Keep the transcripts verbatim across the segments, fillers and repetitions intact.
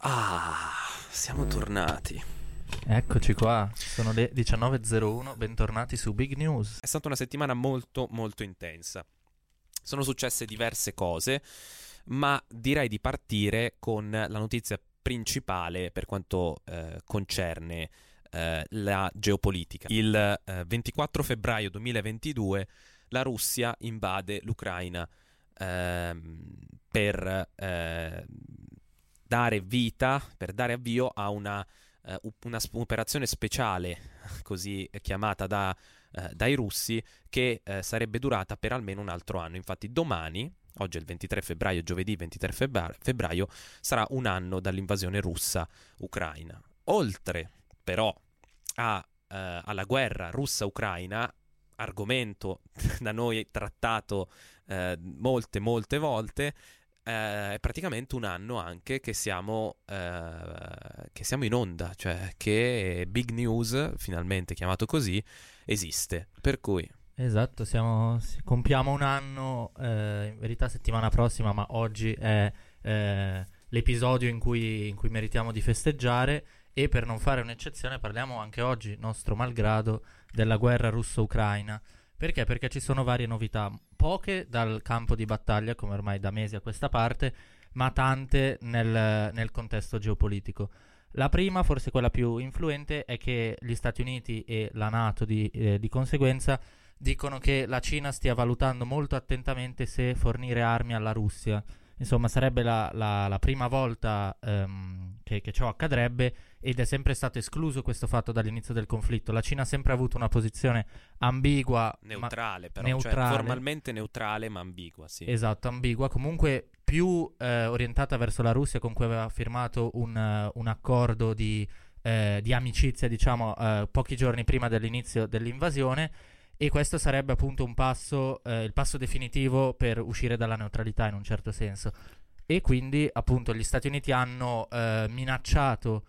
Ah, siamo tornati. Eccoci qua, sono le diciannove e zero uno, bentornati su Big News. È stata una settimana molto molto intensa. Sono successe diverse cose, ma direi di partire con la notizia principale per quanto eh, concerne eh, la geopolitica. Il eh, ventiquattro febbraio duemilaventidue la Russia invade l'Ucraina ehm, per eh, dare vita, per dare avvio a una Uh, una sp- operazione speciale così chiamata da, uh, dai russi che uh, sarebbe durata per almeno un altro anno. Infatti domani, oggi è il ventitré febbraio, giovedì ventitré febbraio, febbraio sarà un anno dall'invasione russa ucraina. Oltre però a, uh, alla guerra russa-ucraina, argomento da noi trattato uh, molte molte volte, è praticamente un anno anche che siamo, eh, che siamo in onda, cioè che Big News, finalmente chiamato così, esiste. Per cui... Esatto, siamo, compiamo un anno, eh, in verità settimana prossima, ma oggi è eh, l'episodio in cui, in cui meritiamo di festeggiare, e per non fare un'eccezione parliamo anche oggi, nostro malgrado, della guerra russo-ucraina. Perché? Perché ci sono varie novità, poche dal campo di battaglia, come ormai da mesi a questa parte, ma tante nel, nel contesto geopolitico. La prima, forse quella più influente, è che gli Stati Uniti e la NATO di, eh, di conseguenza dicono che la Cina stia valutando molto attentamente se fornire armi alla Russia. Insomma, sarebbe la, la, la prima volta um, che, che ciò accadrebbe, ed è sempre stato escluso questo fatto dall'inizio del conflitto. La Cina ha sempre avuto una posizione ambigua, neutrale ma però, neutrale. Cioè formalmente neutrale ma ambigua, sì. Esatto, ambigua, comunque più eh, orientata verso la Russia, con cui aveva firmato un, uh, un accordo di, eh, di amicizia, diciamo, uh, pochi giorni prima dell'inizio dell'invasione. E questo sarebbe appunto un passo, eh, il passo definitivo per uscire dalla neutralità in un certo senso. E quindi appunto gli Stati Uniti hanno eh, minacciato,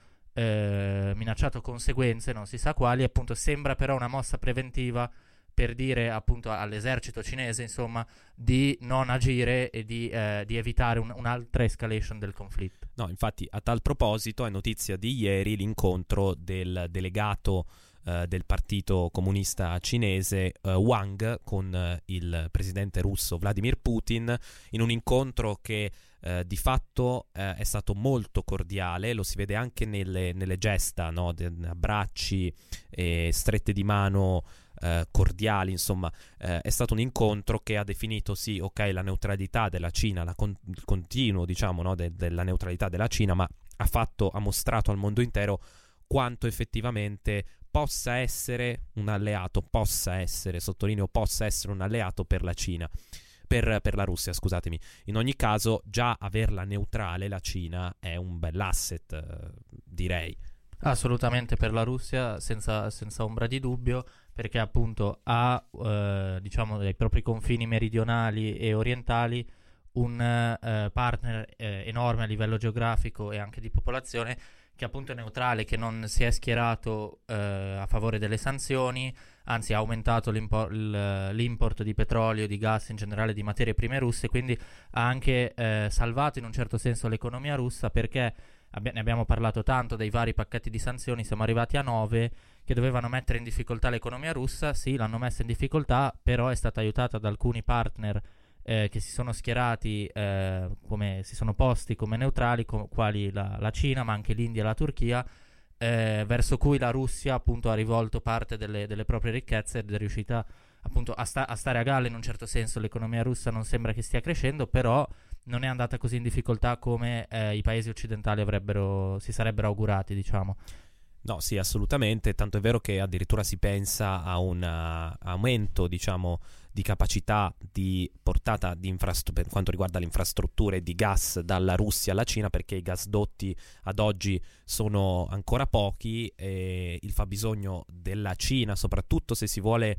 eh, minacciato conseguenze, non si sa quali, appunto sembra però una mossa preventiva per dire appunto all'esercito cinese, insomma, di non agire e di, eh, di evitare un, un'altra escalation del conflitto. No, infatti a tal proposito è notizia di ieri l'incontro del delegato Uh, del partito comunista cinese uh, Wang con uh, il presidente russo Vladimir Putin, in un incontro che uh, di fatto uh, è stato molto cordiale. Lo si vede anche nelle, nelle gesta, no? De, abbracci e strette di mano uh, cordiali, insomma uh, è stato un incontro che ha definito sì, ok, la neutralità della Cina, la con- il continuo, diciamo, no? de- della neutralità della Cina, ma ha fatto, ha mostrato al mondo intero quanto effettivamente possa essere un alleato, possa essere, sottolineo, possa essere un alleato per la Cina, per, per la Russia, scusatemi. In ogni caso, già averla neutrale, la Cina, è un bell'asset, eh, direi. Assolutamente, per la Russia, senza, senza ombra di dubbio, perché appunto ha, eh, diciamo, dai propri confini meridionali e orientali un eh, partner eh, enorme a livello geografico e anche di popolazione, che appunto è neutrale, che non si è schierato eh, a favore delle sanzioni, anzi ha aumentato l'impor- l'import di petrolio, di gas, in generale di materie prime russe, quindi ha anche eh, salvato in un certo senso l'economia russa, perché abbi- ne abbiamo parlato tanto dei vari pacchetti di sanzioni, siamo arrivati a nove che dovevano mettere in difficoltà l'economia russa. Sì, l'hanno messa in difficoltà, però è stata aiutata da alcuni partner Eh, che si sono schierati, eh, come si sono posti come neutrali, com- quali la, la Cina, ma anche l'India e la Turchia, eh, verso cui la Russia appunto ha rivolto parte delle, delle proprie ricchezze ed è riuscita appunto a, sta- a stare a galla in un certo senso. L'economia russa non sembra che stia crescendo, però non è andata così in difficoltà come eh, i paesi occidentali avrebbero, si sarebbero augurati, diciamo. No, sì, assolutamente, tanto è vero che addirittura si pensa a un uh, aumento, diciamo, di capacità di portata di infrastru- per quanto riguarda le infrastrutture di gas dalla Russia alla Cina, perché i gasdotti ad oggi sono ancora pochi e il fabbisogno della Cina, soprattutto se si vuole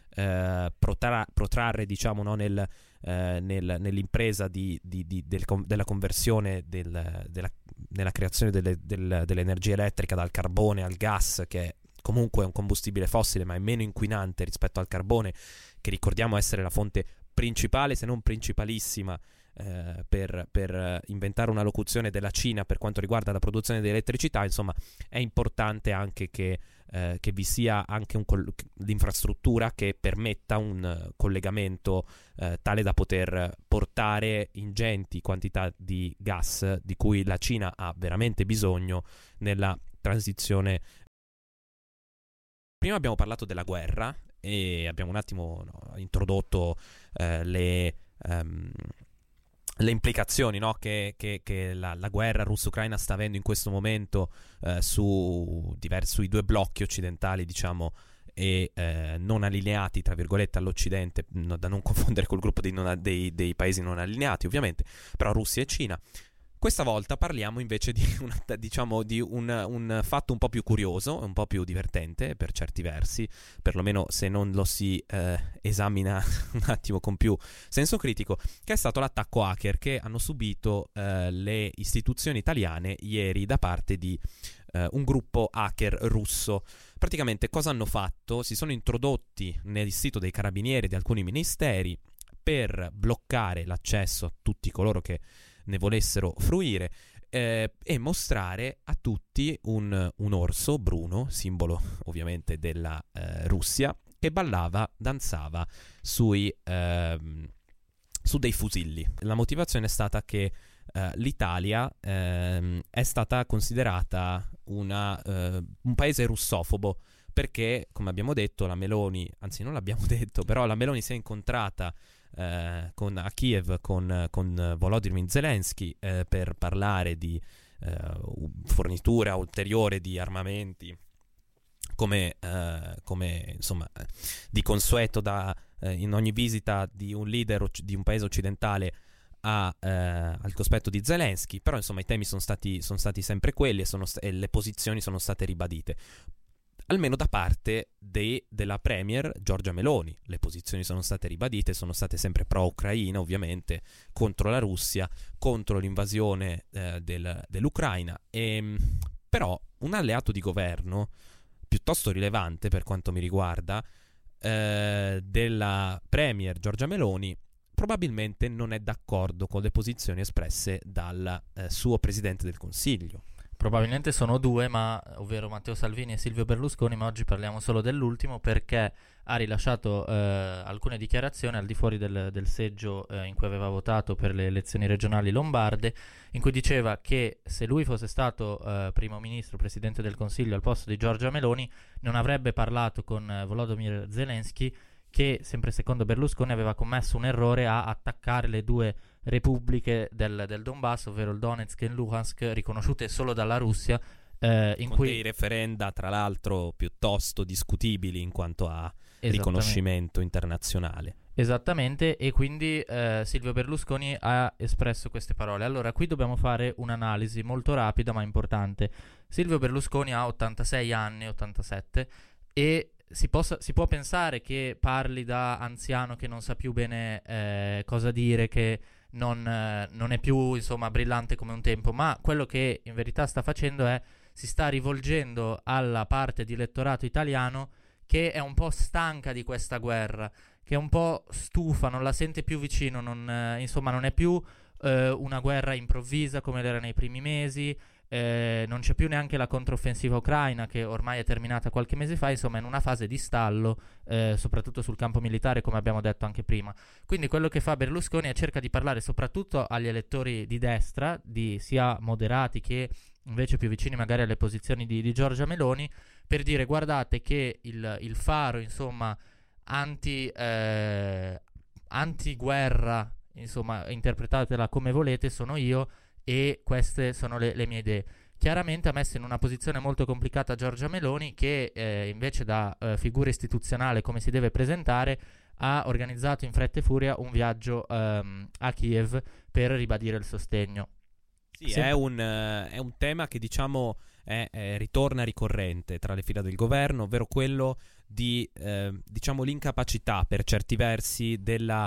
eh, protra- protrarre, diciamo, no, nel, eh, nel, nell'impresa di, di, di, del, della conversione del, della nella creazione delle, del, dell'energia elettrica dal carbone al gas, che comunque è un combustibile fossile ma è meno inquinante rispetto al carbone, che ricordiamo essere la fonte principale, se non principalissima, eh, per, per inventare una locuzione della Cina per quanto riguarda la produzione di elettricità. Insomma, è importante anche che, eh, che vi sia anche un coll- l'infrastruttura che permetta un uh, collegamento eh, tale da poter portare ingenti quantità di gas di cui la Cina ha veramente bisogno nella transizione. Prima abbiamo parlato della guerra e abbiamo un attimo no, introdotto eh, le, um, le implicazioni, no, che, che, che la, la guerra russo-ucraina sta avendo in questo momento eh, su diversi, sui due blocchi occidentali, diciamo, e eh, non allineati, tra virgolette, all'Occidente, no, da non confondere col gruppo dei, non, dei, dei paesi non allineati, ovviamente, però Russia e Cina. Questa volta parliamo invece di, una, diciamo, di un, un fatto un po' più curioso, un po' più divertente per certi versi, perlomeno se non lo si eh, esamina un attimo con più senso critico, che è stato l'attacco hacker che hanno subito eh, le istituzioni italiane ieri da parte di eh, un gruppo hacker russo. Praticamente cosa hanno fatto? Si sono introdotti nel sito dei carabinieri di alcuni ministeri per bloccare l'accesso a tutti coloro che ne volessero fruire eh, e mostrare a tutti un, un orso bruno, simbolo ovviamente della eh, Russia, che ballava, danzava sui, ehm, su dei fusilli. La motivazione è stata che eh, l'Italia ehm, è stata considerata una, eh, un paese russofobo perché, come abbiamo detto, la Meloni, anzi non l'abbiamo detto, però la Meloni si è incontrata Eh, con, a Kiev con, con Volodymyr Zelensky eh, per parlare di eh, fornitura ulteriore di armamenti come, eh, come insomma di consueto da, eh, in ogni visita di un leader di un paese occidentale a, eh, al cospetto di Zelensky. Però insomma i temi sono stati, sono stati sempre quelli e, sono st- e le posizioni sono state ribadite, almeno da parte de, della premier Giorgia Meloni. Le posizioni sono state ribadite, sono state sempre pro-Ucraina, ovviamente, contro la Russia, contro l'invasione eh, del, dell'Ucraina. E, però un alleato di governo piuttosto rilevante per quanto mi riguarda eh, della premier Giorgia Meloni probabilmente non è d'accordo con le posizioni espresse dal eh, suo presidente del Consiglio. Probabilmente sono due, ma ovvero Matteo Salvini e Silvio Berlusconi, ma oggi parliamo solo dell'ultimo perché ha rilasciato eh, alcune dichiarazioni al di fuori del, del seggio eh, in cui aveva votato per le elezioni regionali lombarde, in cui diceva che se lui fosse stato eh, primo ministro, presidente del Consiglio al posto di Giorgia Meloni, non avrebbe parlato con eh, Volodymyr Zelensky, che sempre secondo Berlusconi aveva commesso un errore a attaccare le due repubbliche del, del Donbass, ovvero il Donetsk e il Luhansk, riconosciute solo dalla Russia, eh, in con cui dei referenda tra l'altro piuttosto discutibili in quanto a riconoscimento internazionale. Esattamente, e quindi eh, Silvio Berlusconi ha espresso queste parole. Allora, qui dobbiamo fare un'analisi molto rapida ma importante. Silvio Berlusconi ha ottantasei anni, ottantasette, e Si, possa, si può pensare che parli da anziano che non sa più bene eh, cosa dire, che non, eh, non è più insomma brillante come un tempo, ma quello che in verità sta facendo è si sta rivolgendo alla parte di elettorato italiano che è un po' stanca di questa guerra, che è un po' stufa, non la sente più vicino, non, eh, insomma non è più eh, una guerra improvvisa come l'era nei primi mesi. Eh, non c'è più neanche la controffensiva ucraina che ormai è terminata qualche mese fa, insomma è in una fase di stallo eh, soprattutto sul campo militare, come abbiamo detto anche prima. Quindi quello che fa Berlusconi è cerca di parlare soprattutto agli elettori di destra, di sia moderati che invece più vicini magari alle posizioni di, di Giorgia Meloni, per dire guardate che il, il faro insomma anti eh, anti-guerra, insomma interpretatela come volete, sono io e queste sono le, le mie idee. Chiaramente ha messo in una posizione molto complicata Giorgia Meloni che eh, invece da eh, figura istituzionale come si deve presentare ha organizzato in fretta e furia un viaggio ehm, a Kiev per ribadire il sostegno. Sì, Sem- è, un, uh, è un tema che diciamo è, è, ritorna ricorrente tra le fila del governo, ovvero quello di eh, diciamo l'incapacità per certi versi della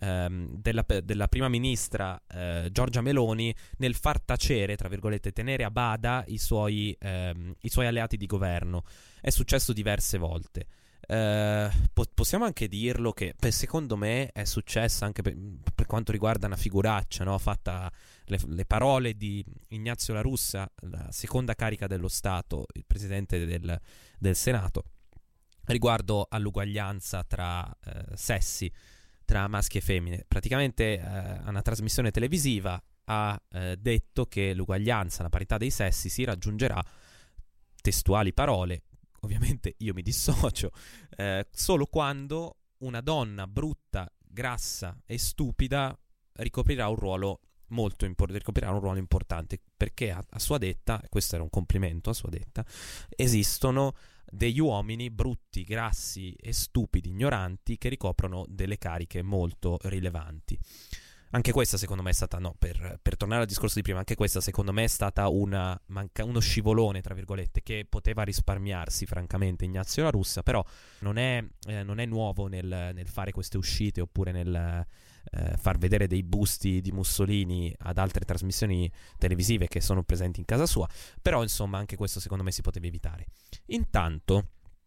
Della, della prima ministra eh, Giorgia Meloni nel far tacere, tra virgolette, tenere a bada i suoi, ehm, i suoi alleati di governo. È successo diverse volte. Eh, po- possiamo anche dirlo che per, secondo me è successo anche per, per quanto riguarda una figuraccia, no? Fatta le, le parole di Ignazio La Russa, la seconda carica dello Stato, il presidente del, del Senato, riguardo all'uguaglianza tra eh, sessi, tra maschi e femmine. Praticamente eh, a una trasmissione televisiva ha eh, detto che l'uguaglianza, la parità dei sessi si raggiungerà, testuali parole, ovviamente io mi dissocio, eh, solo quando una donna brutta, grassa e stupida ricoprirà un ruolo molto importante, ricoprirà un ruolo importante, perché a, a sua detta, e questo era un complimento a sua detta, esistono degli uomini brutti, grassi e stupidi, ignoranti, che ricoprono delle cariche molto rilevanti. Anche questa secondo me è stata, no, per, per tornare al discorso di prima, anche questa secondo me è stata una manca, uno scivolone, tra virgolette, che poteva risparmiarsi francamente Ignazio La Russa, però non è, eh, non è nuovo nel, nel fare queste uscite oppure nel eh, far vedere dei busti di Mussolini ad altre trasmissioni televisive che sono presenti in casa sua, però insomma anche questo secondo me si poteva evitare. Intanto,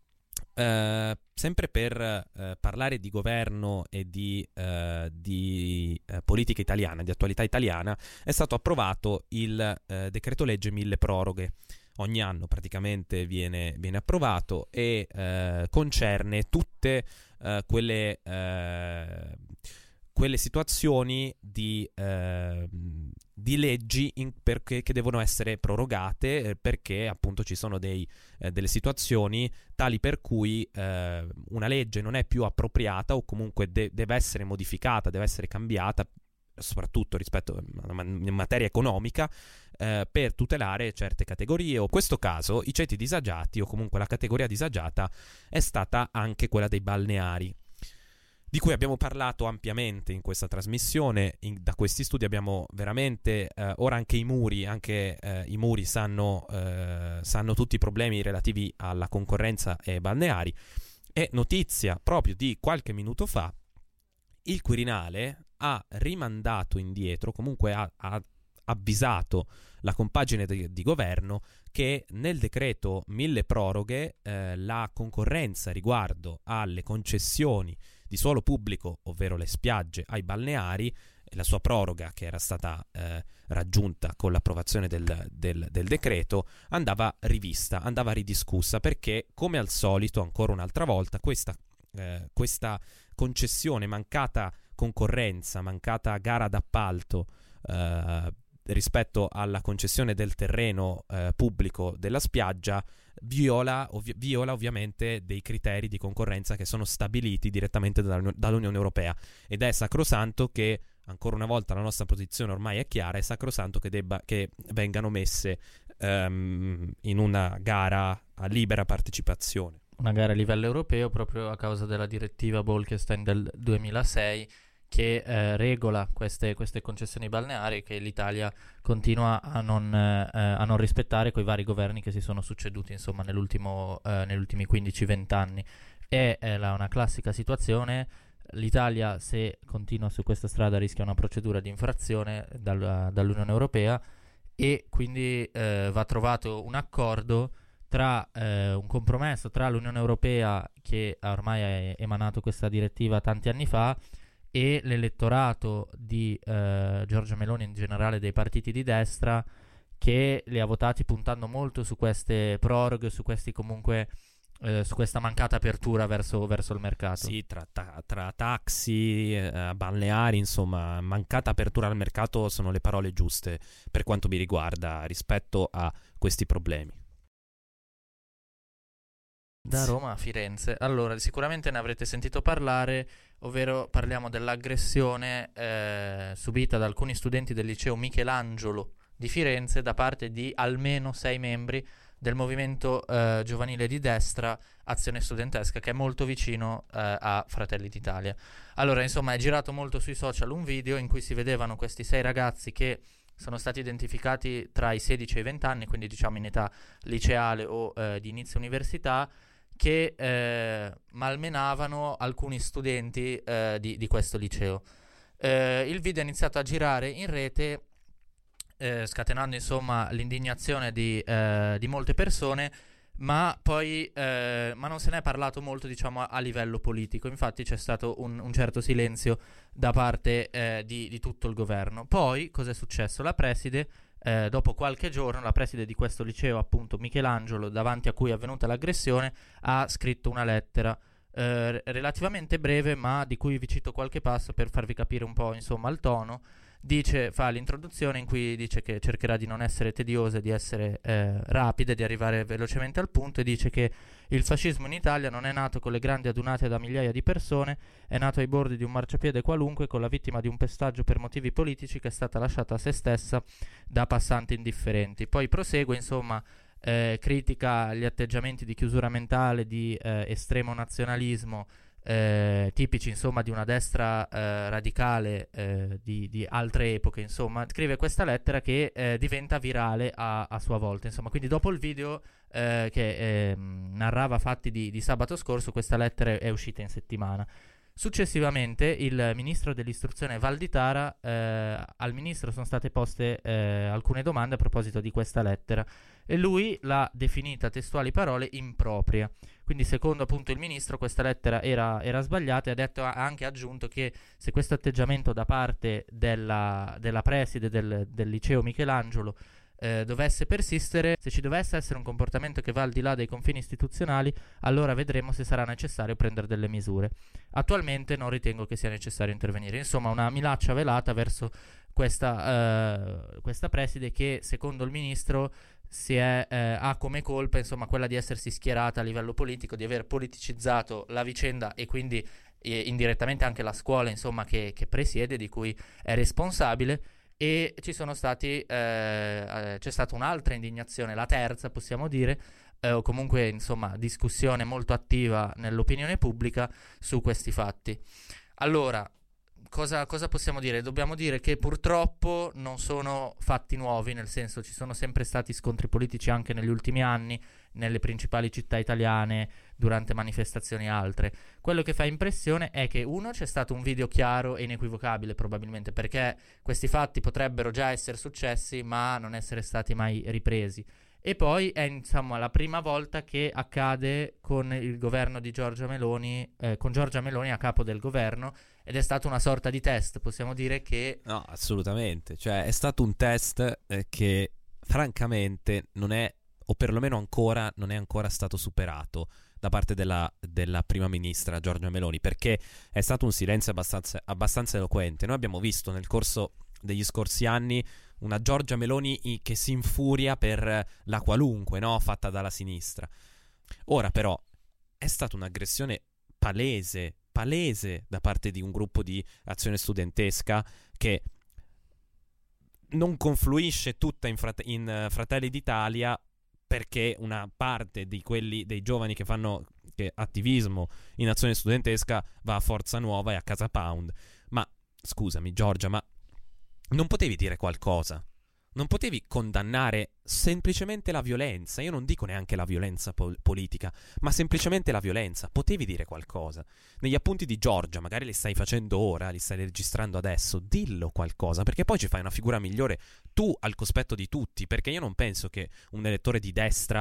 Uh, sempre per uh, parlare di governo e di, uh, di uh, politica italiana, di attualità italiana, è stato approvato il uh, decreto legge mille proroghe. Ogni anno praticamente viene, viene approvato e uh, concerne tutte uh, quelle, uh, quelle situazioni di, uh, di leggi in, perché, che devono essere prorogate eh, perché appunto ci sono dei, eh, delle situazioni tali per cui eh, una legge non è più appropriata o comunque de- deve essere modificata, deve essere cambiata, soprattutto rispetto a una in materia economica, eh, per tutelare certe categorie. O in questo caso i ceti disagiati, o comunque la categoria disagiata, è stata anche quella dei balneari, di cui abbiamo parlato ampiamente in questa trasmissione. In, da questi studi abbiamo veramente, eh, ora anche i muri, anche eh, i muri sanno, eh, sanno tutti i problemi relativi alla concorrenza ai balneari. E notizia proprio di qualche minuto fa, il Quirinale ha rimandato indietro, comunque ha, ha avvisato la compagine di, di governo che nel decreto mille proroghe eh, la concorrenza riguardo alle concessioni di suolo pubblico, ovvero le spiagge, ai balneari, la sua proroga che era stata eh, raggiunta con l'approvazione del, del, del decreto, andava rivista, andava ridiscussa, perché come al solito ancora un'altra volta questa, eh, questa concessione, mancata concorrenza, mancata gara d'appalto eh, rispetto alla concessione del terreno eh, pubblico della spiaggia viola, ovvi- viola ovviamente dei criteri di concorrenza che sono stabiliti direttamente dall'Uni- dall'Unione Europea, ed è sacrosanto che, ancora una volta la nostra posizione ormai è chiara, è sacrosanto che, debba, che vengano messe um, in una gara a libera partecipazione. Una gara a livello europeo proprio a causa della direttiva Bolkestein del duemilasei, che eh, regola queste, queste concessioni balneari, che l'Italia continua a non, eh, a non rispettare coi vari governi che si sono succeduti insomma nell'ultimo, eh, negli ultimi quindici venti anni. È, è la, una classica situazione. L'Italia, se continua su questa strada, rischia una procedura di infrazione dal, dall'Unione Europea, e quindi eh, va trovato un accordo tra eh, un compromesso tra l'Unione Europea, che ormai ha emanato questa direttiva tanti anni fa, e l'elettorato di eh, Giorgia Meloni, in generale dei partiti di destra, che li ha votati puntando molto su queste proroghe, su questi comunque eh, su questa mancata apertura verso, verso il mercato. Sì, tra, ta- tra taxi, eh, balneari, insomma, mancata apertura al mercato sono le parole giuste per quanto mi riguarda rispetto a questi problemi. Da Roma a Firenze. Allora, sicuramente ne avrete sentito parlare, ovvero parliamo dell'aggressione eh, subita da alcuni studenti del liceo Michelangelo di Firenze da parte di almeno sei membri del movimento eh, giovanile di destra Azione Studentesca, che è molto vicino eh, a Fratelli d'Italia. Allora, insomma, è girato molto sui social un video in cui si vedevano questi sei ragazzi che sono stati identificati tra i sedici e i venti anni, quindi diciamo in età liceale o eh, di inizio università, che eh, malmenavano alcuni studenti eh, di, di questo liceo. Eh, il video è iniziato a girare in rete, eh, scatenando insomma l'indignazione di, eh, di molte persone, Ma poi eh, ma non se ne è parlato molto, diciamo, a, a livello politico. Infatti c'è stato un, un certo silenzio da parte eh, di, di tutto il governo. Poi cosa è successo? La preside, eh, dopo qualche giorno, la preside di questo liceo, appunto Michelangelo, davanti a cui è avvenuta l'aggressione, ha scritto una lettera eh, relativamente breve, ma di cui vi cito qualche passo per farvi capire un po', insomma, il tono. Dice, fa l'introduzione in cui dice che cercherà di non essere tediosa, di essere eh, rapida, di arrivare velocemente al punto, e dice che il fascismo in Italia non è nato con le grandi adunate da migliaia di persone, è nato ai bordi di un marciapiede qualunque, con la vittima di un pestaggio per motivi politici che è stata lasciata a se stessa da passanti indifferenti. Poi prosegue, insomma, eh, critica gli atteggiamenti di chiusura mentale, di eh, estremo nazionalismo, Eh, tipici, insomma, di una destra eh, radicale eh, di, di altre epoche. Insomma, scrive questa lettera che eh, diventa virale a, a sua volta, insomma. Quindi dopo il video eh, che eh, narrava fatti di, di sabato scorso, questa lettera è uscita in settimana. Successivamente il ministro dell'istruzione Valditara, eh, al ministro sono state poste eh, alcune domande a proposito di questa lettera, e lui l'ha definita, testuali parole, impropria. Quindi secondo appunto il ministro questa lettera era, era sbagliata, e ha, detto, ha anche aggiunto che se questo atteggiamento da parte della, della preside del, del liceo Michelangelo eh, dovesse persistere, se ci dovesse essere un comportamento che va al di là dei confini istituzionali, allora vedremo se sarà necessario prendere delle misure. Attualmente non ritengo che sia necessario intervenire. Insomma, una minaccia velata verso questa, eh, questa preside che, secondo il ministro, si è, eh, ha come colpa, insomma, quella di essersi schierata a livello politico, di aver politicizzato la vicenda, e quindi eh, indirettamente anche la scuola, insomma, che, che presiede, di cui è responsabile. E ci sono stati eh, c'è stata un'altra indignazione, la terza possiamo dire, eh, o comunque, insomma, discussione molto attiva nell'opinione pubblica su questi fatti. Allora, Cosa, cosa possiamo dire? Dobbiamo dire che purtroppo non sono fatti nuovi, nel senso, ci sono sempre stati scontri politici anche negli ultimi anni nelle principali città italiane durante manifestazioni e altre. Quello che fa impressione è che, uno, c'è stato un video chiaro e inequivocabile, probabilmente perché questi fatti potrebbero già essere successi ma non essere stati mai ripresi. E poi è, insomma, la prima volta che accade con il governo di Giorgia Meloni, eh, con Giorgia Meloni a capo del governo, ed è stato una sorta di test, possiamo dire che... No, assolutamente, cioè è stato un test eh, che francamente non è, o perlomeno ancora, non è ancora stato superato da parte della, della prima ministra Giorgia Meloni, perché è stato un silenzio abbastanza, abbastanza eloquente. Noi abbiamo visto nel corso degli scorsi anni una Giorgia Meloni che si infuria per la qualunque, no? Fatta dalla sinistra. Ora però è stata un'aggressione palese, palese da parte di un gruppo di azione studentesca che non confluisce tutta in, frate- in Fratelli d'Italia, perché una parte di quelli, dei giovani che fanno che attivismo in azione studentesca va a Forza Nuova e a Casa Pound. Ma scusami Giorgia, ma non potevi dire qualcosa? Non potevi condannare semplicemente la violenza? Io non dico neanche la violenza pol- politica, ma semplicemente la violenza. Potevi dire qualcosa. Negli appunti di Giorgia, magari li stai facendo ora, li stai registrando adesso, dillo qualcosa, perché poi ci fai una figura migliore tu al cospetto di tutti, perché io non penso che un elettore di destra,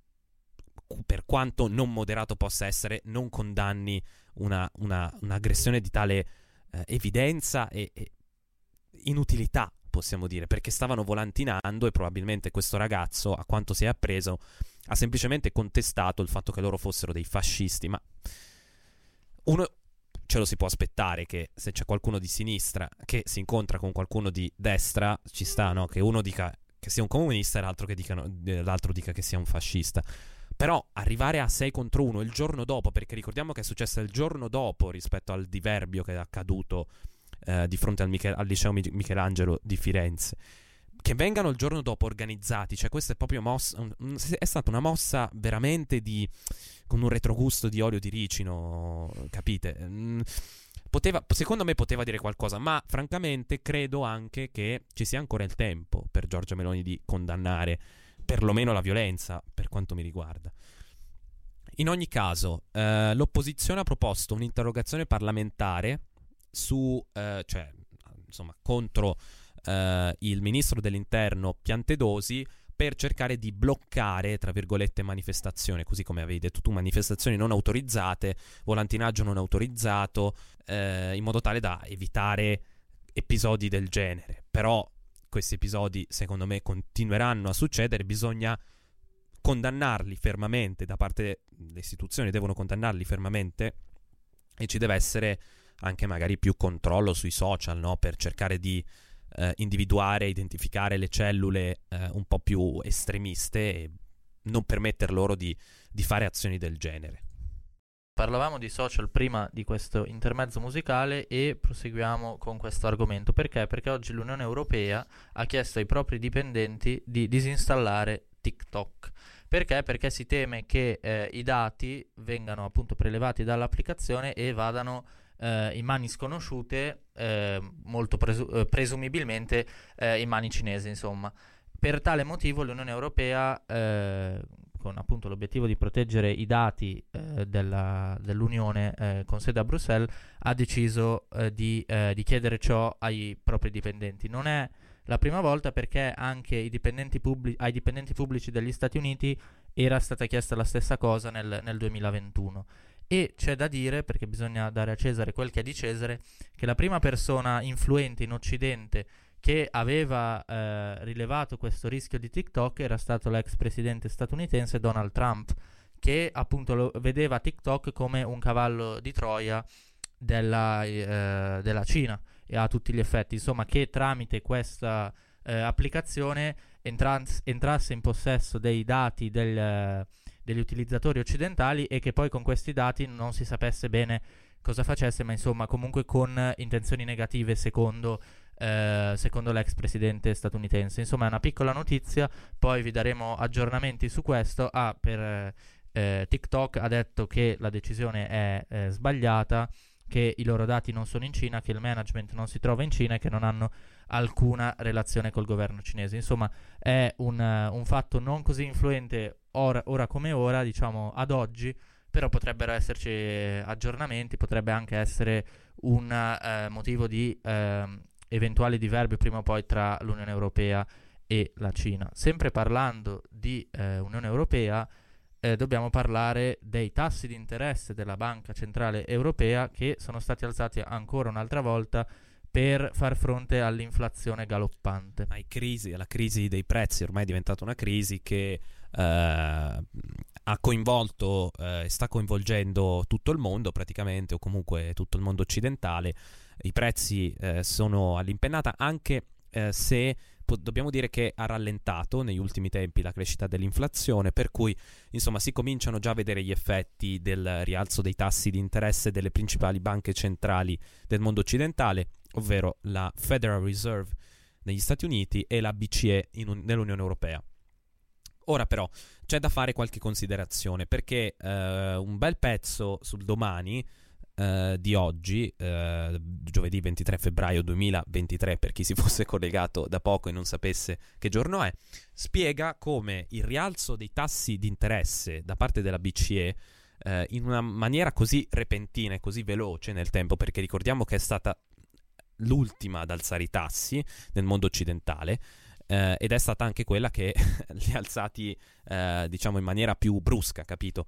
per quanto non moderato possa essere, non condanni una, una, un'aggressione di tale eh, evidenza e, e inutilità, possiamo dire, perché stavano volantinando e probabilmente questo ragazzo, a quanto si è appreso, ha semplicemente contestato il fatto che loro fossero dei fascisti. Ma uno ce lo si può aspettare che se c'è qualcuno di sinistra che si incontra con qualcuno di destra, ci sta, no? Che uno dica che sia un comunista e l'altro, che dicano, l'altro dica che sia un fascista. Però arrivare a sei contro uno il giorno dopo, perché ricordiamo che è successo il giorno dopo rispetto al diverbio che è accaduto Eh, di fronte al, Michel- al liceo Michelangelo di Firenze, che vengano il giorno dopo organizzati, cioè questa è proprio mossa, un, un, è stata una mossa veramente di, con un retrogusto di olio di ricino, capite? Mm, poteva, secondo me poteva dire qualcosa, ma francamente credo anche che ci sia ancora il tempo per Giorgia Meloni di condannare perlomeno la violenza, per quanto mi riguarda. In ogni caso, eh, l'opposizione ha proposto un'interrogazione parlamentare su, eh, cioè, insomma, contro eh, il ministro dell'interno Piantedosi, per cercare di bloccare, tra virgolette, manifestazioni, così come avevi detto tu, manifestazioni non autorizzate, volantinaggio non autorizzato, eh, in modo tale da evitare episodi del genere. Però questi episodi, secondo me, continueranno a succedere, bisogna condannarli fermamente, da parte delle istituzioni devono condannarli fermamente, e ci deve essere anche magari più controllo sui social, no? Per cercare di eh, individuare, identificare le cellule eh, un po' più estremiste e non permetter loro di, di fare azioni del genere. Parlavamo di social prima di questo intermezzo musicale e proseguiamo con questo argomento. Perché? Perché oggi l'Unione Europea ha chiesto ai propri dipendenti di disinstallare TikTok. Perché? Perché si teme che eh, i dati vengano appunto prelevati dall'applicazione e vadano eh, in mani sconosciute, eh, molto presu- eh, presumibilmente eh, in mani cinesi, insomma. Per tale motivo l'Unione Europea, eh, con appunto l'obiettivo di proteggere i dati eh, della, dell'Unione eh, con sede a Bruxelles, ha deciso eh, di, eh, di chiedere ciò ai propri dipendenti. Non è la prima volta, perché anche i dipendenti pubblici, ai dipendenti pubblici degli Stati Uniti era stata chiesta la stessa cosa nel, nel duemilaventuno. E c'è da dire, perché bisogna dare a Cesare quel che è di Cesare, che la prima persona influente in Occidente che aveva eh, rilevato questo rischio di TikTok era stato l'ex presidente statunitense Donald Trump, che appunto lo vedeva TikTok come un cavallo di Troia della, eh, della Cina, e a tutti gli effetti, insomma, che tramite questa eh, applicazione entras- entrasse in possesso dei dati del, degli utilizzatori occidentali, e che poi con questi dati non si sapesse bene cosa facesse, ma insomma comunque con intenzioni negative secondo Eh, secondo l'ex presidente statunitense. Insomma, è una piccola notizia, poi vi daremo aggiornamenti su questo. Ah, per eh, TikTok ha detto che la decisione è eh, sbagliata, che i loro dati non sono in Cina, che il management non si trova in Cina e che non hanno alcuna relazione col governo cinese. Insomma, è un, uh, un fatto non così influente ora, ora come ora, diciamo ad oggi, però potrebbero esserci aggiornamenti, potrebbe anche essere un uh, motivo di uh, eventuali diverbi prima o poi tra l'Unione Europea e la Cina. Sempre parlando di eh, Unione Europea, eh, dobbiamo parlare dei tassi di interesse della Banca Centrale Europea, che sono stati alzati ancora un'altra volta per far fronte all'inflazione galoppante. Ai crisi, alla crisi dei prezzi, ormai è diventata una crisi che eh, ha coinvolto e eh, sta coinvolgendo tutto il mondo praticamente, o comunque tutto il mondo occidentale. I prezzi eh, sono all'impennata, anche eh, se po- dobbiamo dire che ha rallentato negli ultimi tempi la crescita dell'inflazione, per cui insomma si cominciano già a vedere gli effetti del rialzo dei tassi di interesse delle principali banche centrali del mondo occidentale, ovvero la Federal Reserve negli Stati Uniti e la B C E in un- nell'Unione Europea. Ora però c'è da fare qualche considerazione, perché eh, un bel pezzo sul Domani Uh, di oggi, uh, giovedì ventitré febbraio duemilaventitré, per chi si fosse collegato da poco e non sapesse che giorno è, spiega come il rialzo dei tassi di interesse da parte della B C E uh, in una maniera così repentina e così veloce nel tempo, perché ricordiamo che è stata l'ultima ad alzare i tassi nel mondo occidentale, Uh, ed è stata anche quella che li ha alzati uh, diciamo in maniera più brusca, capito?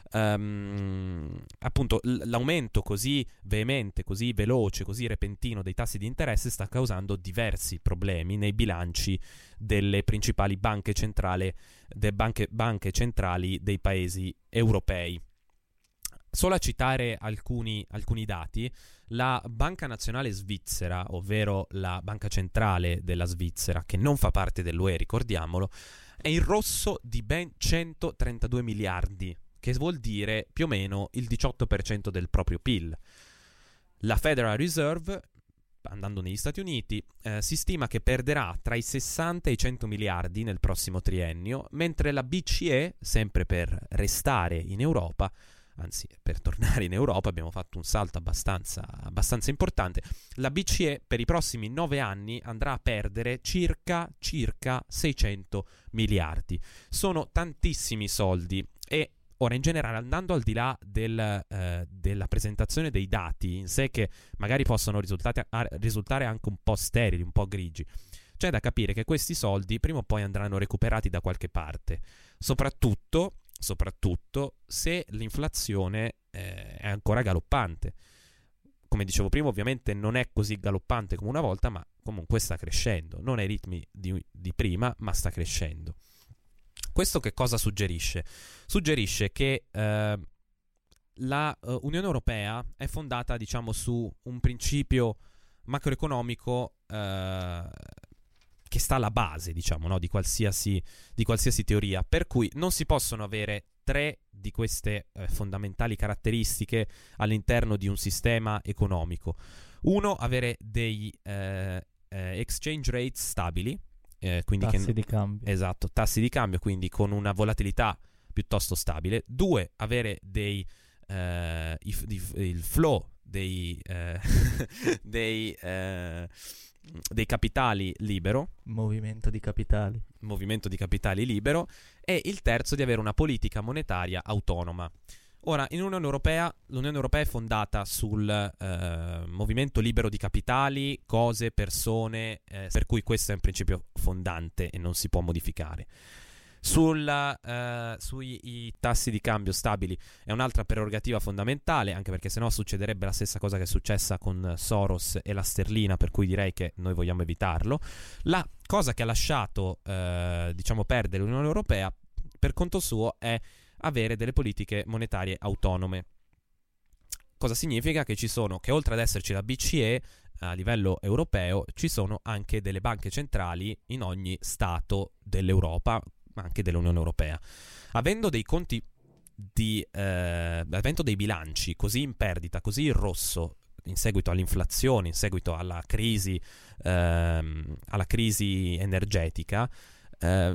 Um, appunto l- l'aumento così veemente, così veloce, così repentino dei tassi di interesse sta causando diversi problemi nei bilanci delle principali banche centrali, de banche, banche centrali dei paesi europei. Solo a citare alcuni, alcuni dati, la Banca Nazionale Svizzera, ovvero la banca centrale della Svizzera, che non fa parte dell'U E, ricordiamolo, è in rosso di ben centotrentadue miliardi, che vuol dire più o meno il diciotto per cento del proprio P I L. La Federal Reserve, andando negli Stati Uniti, eh, si stima che perderà tra i sessanta e i cento miliardi nel prossimo triennio, mentre la B C E, sempre per restare in Europa, anzi per tornare in Europa, abbiamo fatto un salto abbastanza, abbastanza importante, la B C E per i prossimi nove anni andrà a perdere circa, circa seicento miliardi. Sono tantissimi soldi. E ora, in generale, andando al di là del, eh, della presentazione dei dati in sé, che magari possono risultare, a, risultare anche un po' sterili, un po' grigi, c'è da capire che questi soldi prima o poi andranno recuperati da qualche parte, soprattutto, soprattutto se l'inflazione eh, è ancora galoppante. Come dicevo prima, ovviamente non è così galoppante come una volta, ma comunque sta crescendo, non ai ritmi di, di prima, ma sta crescendo. Questo che cosa suggerisce? Suggerisce che eh, la uh, Unione Europea è fondata, diciamo, su un principio macroeconomico eh, che sta alla base, diciamo, no, di qualsiasi, di qualsiasi teoria, per cui non si possono avere tre di queste eh, fondamentali caratteristiche all'interno di un sistema economico. Uno, avere dei eh, eh, exchange rates stabili, eh, quindi tassi che, di cambio. Esatto, tassi di cambio, quindi con una volatilità piuttosto stabile. Due, avere dei eh, i, di, il flow dei eh, dei eh, dei capitali libero, movimento di capitali, movimento di capitali libero, e il terzo di avere una politica monetaria autonoma. Ora, in Unione Europea, l'Unione Europea è fondata sul eh, movimento libero di capitali, cose, persone, eh, per cui questo è un principio fondante e non si può modificare. Sulla, eh, sui i tassi di cambio stabili è un'altra prerogativa fondamentale, anche perché sennò succederebbe la stessa cosa che è successa con Soros e la sterlina, per cui direi che noi vogliamo evitarlo. La cosa che ha lasciato eh, diciamo perdere l'Unione Europea per conto suo è avere delle politiche monetarie autonome. Cosa significa? Che ci sono, che oltre ad esserci la B C E a livello europeo, ci sono anche delle banche centrali in ogni stato dell'Europa, ma anche dell'Unione Europea. Avendo dei conti di eh, avendo dei bilanci così in perdita, così in rosso in seguito all'inflazione, in seguito alla crisi ehm, alla crisi energetica, eh,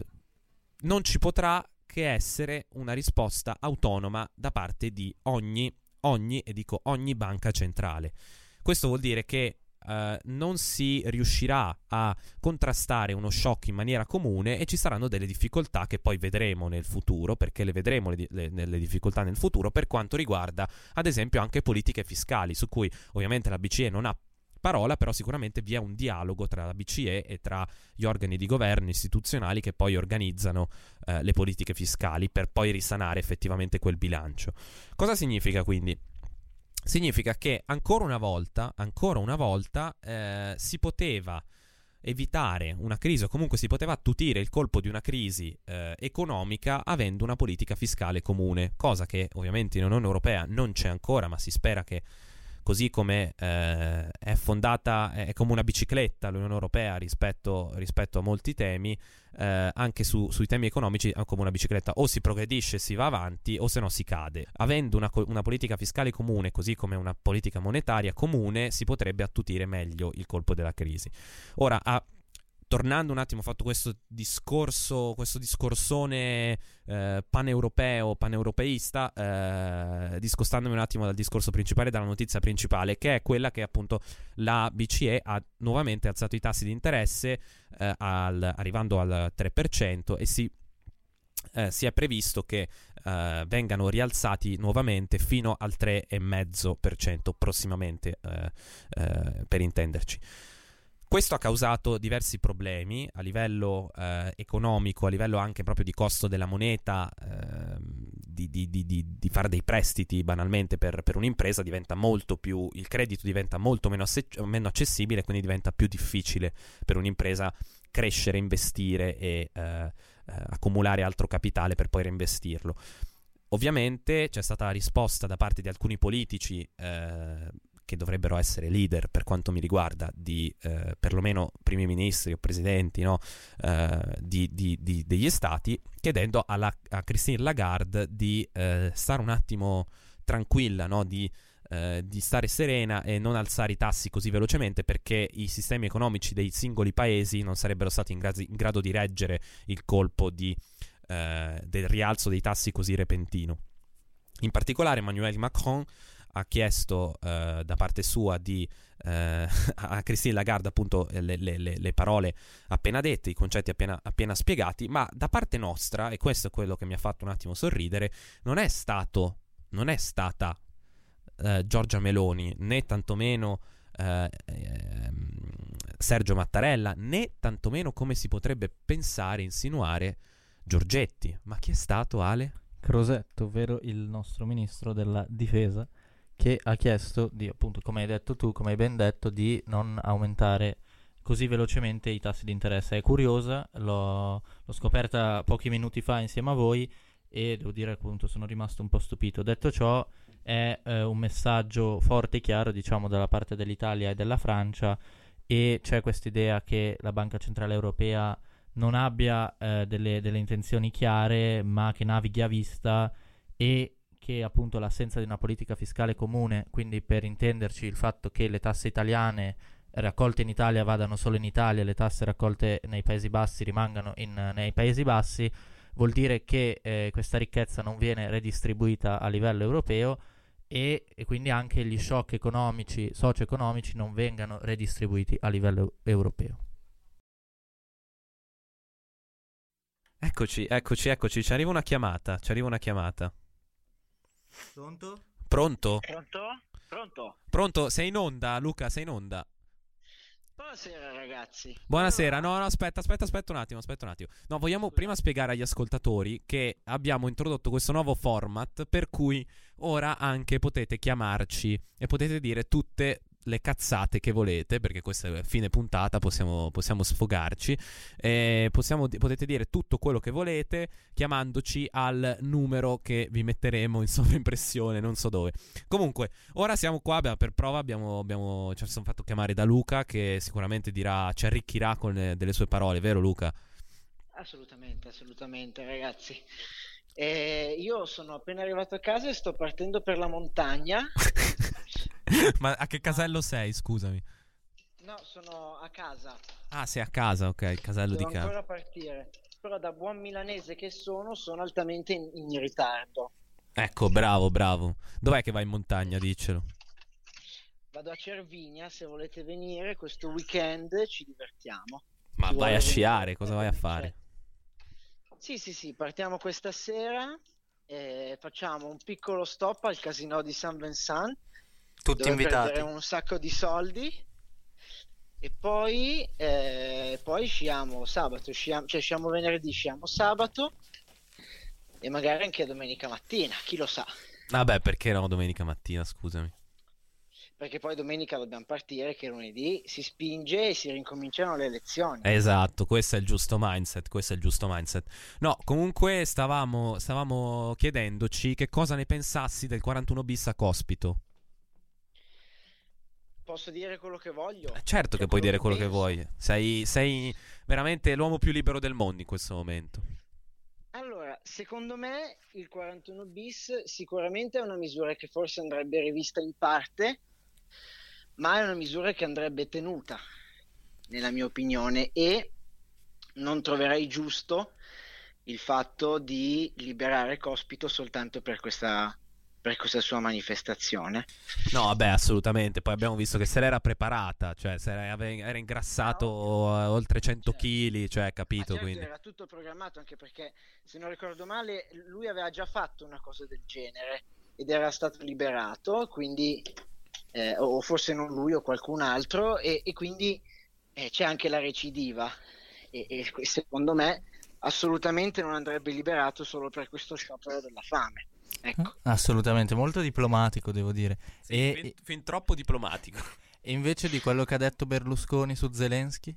non ci potrà che essere una risposta autonoma da parte di ogni ogni e dico ogni banca centrale. Questo vuol dire che Uh, non si riuscirà a contrastare uno shock in maniera comune e ci saranno delle difficoltà che poi vedremo nel futuro, perché le vedremo le, le, le difficoltà nel futuro per quanto riguarda ad esempio anche politiche fiscali, su cui ovviamente la B C E non ha parola, però sicuramente vi è un dialogo tra la B C E e tra gli organi di governo istituzionali che poi organizzano uh, le politiche fiscali per poi risanare effettivamente quel bilancio. Cosa significa quindi? Significa che ancora una volta, ancora una volta eh, si poteva evitare una crisi, o comunque si poteva attutire il colpo di una crisi eh, economica avendo una politica fiscale comune, cosa che ovviamente in Unione Europea non c'è ancora, ma si spera che, così come eh, è fondata, è come una bicicletta l'Unione Europea rispetto, rispetto a molti temi, eh, anche su, sui temi economici è come una bicicletta, o si progredisce, si va avanti, o se no si cade. Avendo una, una politica fiscale comune, così come una politica monetaria comune, si potrebbe attutire meglio il colpo della crisi. Ora, a tornando un attimo, ho fatto questo discorso, questo discorsone eh, paneuropeo, paneuropeista, eh, discostandomi un attimo dal discorso principale, dalla notizia principale, che è quella che appunto la B C E ha nuovamente alzato i tassi di interesse, eh, al, arrivando al tre per cento, e si, eh, si è previsto che eh, vengano rialzati nuovamente fino al tre virgola cinque per cento prossimamente, eh, eh, per intenderci. Questo ha causato diversi problemi a livello eh, economico, a livello anche proprio di costo della moneta, eh, di, di, di, di fare dei prestiti banalmente per, per un'impresa diventa molto più, il credito diventa molto meno, asse- meno accessibile, quindi diventa più difficile per un'impresa crescere, investire e eh, eh, accumulare altro capitale per poi reinvestirlo. Ovviamente c'è stata la risposta da parte di alcuni politici eh, che dovrebbero essere leader per quanto mi riguarda, di eh, perlomeno primi ministri o presidenti, no? eh, di, di, di, degli stati, chiedendo alla, a Christine Lagarde di eh, stare un attimo tranquilla, no? di, eh, di stare serena e non alzare i tassi così velocemente, perché i sistemi economici dei singoli paesi non sarebbero stati in, gra- in grado di reggere il colpo di, eh, del rialzo dei tassi così repentino. In particolare Emmanuel Macron ha chiesto uh, da parte sua di uh, a Christine Lagarde appunto le, le, le parole appena dette, i concetti appena, appena spiegati, ma da parte nostra, e questo è quello che mi ha fatto un attimo sorridere, non è stato non è stata uh, Giorgia Meloni, né tantomeno uh, eh, Sergio Mattarella, né tantomeno come si potrebbe pensare, insinuare, Giorgetti. Ma chi è stato, Ale? Crosetto, ovvero il nostro ministro della difesa, che ha chiesto di, appunto, come hai detto tu, come hai ben detto, di non aumentare così velocemente i tassi di interesse. È curiosa, l'ho, l'ho scoperta pochi minuti fa insieme a voi e devo dire, appunto, sono rimasto un po' stupito. Detto ciò, è eh, un messaggio forte e chiaro, diciamo, dalla parte dell'Italia e della Francia, e c'è questa idea che la Banca Centrale Europea non abbia eh, delle, delle intenzioni chiare, ma che navighi a vista, e che appunto l'assenza di una politica fiscale comune, quindi per intenderci il fatto che le tasse italiane raccolte in Italia vadano solo in Italia, le tasse raccolte nei Paesi Bassi rimangano in, nei Paesi Bassi, vuol dire che eh, questa ricchezza non viene redistribuita a livello europeo, e, e quindi anche gli shock economici, socio-economici non vengano redistribuiti a livello europeo. Eccoci, eccoci, eccoci, ci arriva una chiamata, ci arriva una chiamata. Pronto? Pronto? Pronto? Pronto? Pronto? Sei in onda, Luca, sei in onda. Buonasera ragazzi. Buonasera, Allora, no, no, aspetta, aspetta, aspetta un attimo, aspetta un attimo. No, vogliamo prima spiegare agli ascoltatori che abbiamo introdotto questo nuovo format per cui ora anche potete chiamarci e potete dire tutte le cazzate che volete, perché questa è fine puntata, possiamo, possiamo sfogarci, eh, possiamo, potete dire tutto quello che volete chiamandoci al numero che vi metteremo in sovraimpressione, non so dove. Comunque, ora siamo qua, abbiamo, per prova abbiamo, abbiamo, ci siamo fatto chiamare da Luca, che sicuramente dirà, ci arricchirà con le, delle sue parole, vero Luca? assolutamente, assolutamente ragazzi. Eh, io sono appena arrivato a casa e sto partendo per la montagna. Ma a che casello sei, scusami? No, sono a casa. Ah, sei a casa, ok, il casello Devo di casa. ancora partire. Però da buon milanese che sono, sono altamente in, in ritardo. Ecco, bravo, bravo. Dov'è che vai in montagna, diccelo? Vado a Cervinia, se volete venire questo weekend ci divertiamo. Ma Chi vai vuole a venire, sciare, cosa vai a c'è. fare? Sì, sì, sì, partiamo questa sera e facciamo un piccolo stop al casino di Saint Vincent, Tutti dove invitati. perderemo un sacco di soldi, e poi, eh, poi sciamo sabato, sciamo, cioè sciamo venerdì, sciamo sabato e magari anche domenica mattina, chi lo sa, Vabbè, perché no, domenica mattina, scusami. perché poi domenica dobbiamo partire, che lunedì si spinge e si rincominciano le lezioni. Esatto, questo è il giusto mindset, questo è il giusto mindset. No, comunque stavamo, stavamo chiedendoci che cosa ne pensassi del quarantuno bis a Cospito. Posso dire quello che voglio? Eh, Certo Cioè, che puoi dire quello che penso. vuoi. Sei, sei veramente l'uomo più libero del mondo in questo momento. Allora, secondo me il quarantuno bis sicuramente è una misura che forse andrebbe rivista in parte, ma è una misura che andrebbe tenuta, nella mia opinione, e non troverei giusto il fatto di liberare Cospito soltanto per questa, per questa sua manifestazione. No, vabbè, assolutamente. Poi abbiamo visto che se l'era preparata, cioè se era, ave- era ingrassato Ah, eh, oltre cento certo. chili, cioè, Ma capito, certo, quindi. era tutto programmato, anche perché, se non ricordo male, lui aveva già fatto una cosa del genere ed era stato liberato, quindi, eh, o forse non lui o qualcun altro, e, e quindi eh, c'è anche la recidiva. E, e secondo me assolutamente non andrebbe liberato solo per questo sciopero della fame. Ecco. Assolutamente, molto diplomatico, devo dire. Sì, E, fin, fin troppo diplomatico. e invece di quello che ha detto Berlusconi su Zelensky?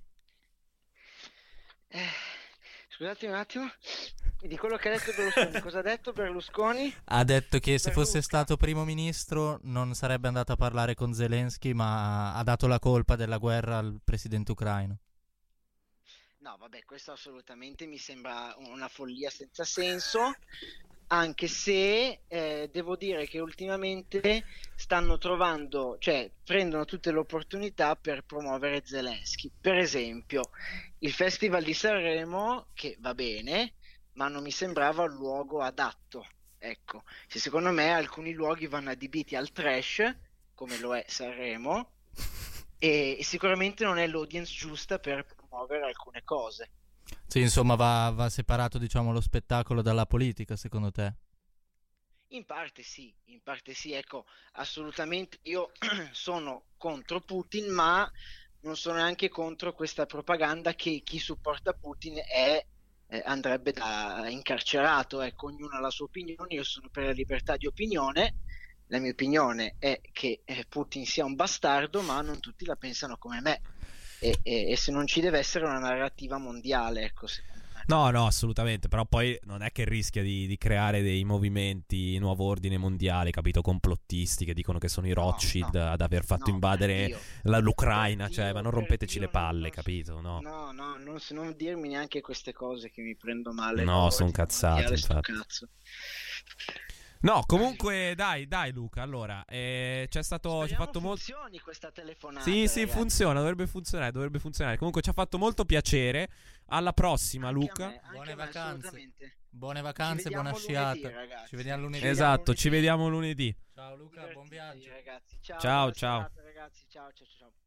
Eh, scusate un attimo, di quello che ha detto Berlusconi, cosa ha detto Berlusconi? Ha detto che se Per fosse Luca. stato primo ministro non sarebbe andato a parlare con Zelensky, ma ha dato la colpa della guerra al presidente ucraino. No, vabbè, questo assolutamente mi sembra una follia senza senso, anche se eh, devo dire che ultimamente stanno trovando, cioè prendono tutte le opportunità per promuovere Zelensky. Per esempio, il Festival di Sanremo, che va bene, ma non mi sembrava il luogo adatto. Ecco, se secondo me alcuni luoghi vanno adibiti al trash, come lo è Sanremo, e sicuramente non è l'audience giusta per promuovere alcune cose. Sì, insomma, va, va separato, diciamo, lo spettacolo dalla politica, secondo te? In parte sì, in parte sì, ecco, assolutamente io sono contro Putin, ma non sono neanche contro questa propaganda che chi supporta Putin è, eh, andrebbe da incarcerato. Ecco, ognuno ha la sua opinione, io sono per la libertà di opinione. La mia opinione è che eh, Putin sia un bastardo, ma non tutti la pensano come me. E, e, e se non ci deve essere una narrativa mondiale, ecco, secondo me. No, no, assolutamente, però poi non è che rischia di, di creare dei movimenti nuovo ordine mondiale, capito, complottisti che dicono che sono i No, Rothschild no, ad aver fatto no, invadere Dio. la- l'Ucraina, Per cioè, Dio, ma non per rompeteci Dio, le non, palle, non- capito, no? no, no, non, non dirmi neanche queste cose che mi prendo male. No, No, son ordine cazzate, mondiale, sto infatti. cazzo. No, comunque, dai, dai Luca, allora, eh, c'è stato, ci ha Speriamo fatto molto... funzioni questa telefonata. Sì, sì, ragazzi. funziona, dovrebbe funzionare, dovrebbe funzionare. Comunque ci ha fatto molto piacere. Alla prossima, Anche a Luca. me, anche Buone a me, vacanze. assolutamente. Buone Ci vacanze, vediamo buona lunedì, sciata. ragazzi. Ci vediamo lunedì. Ci vediamo Esatto, ci lunedì. vediamo lunedì. Ciao Luca, buon Divertitevi, viaggio. ragazzi. Ciao, Ciao, buona ciao. serata, ragazzi. Ciao, ciao, ciao.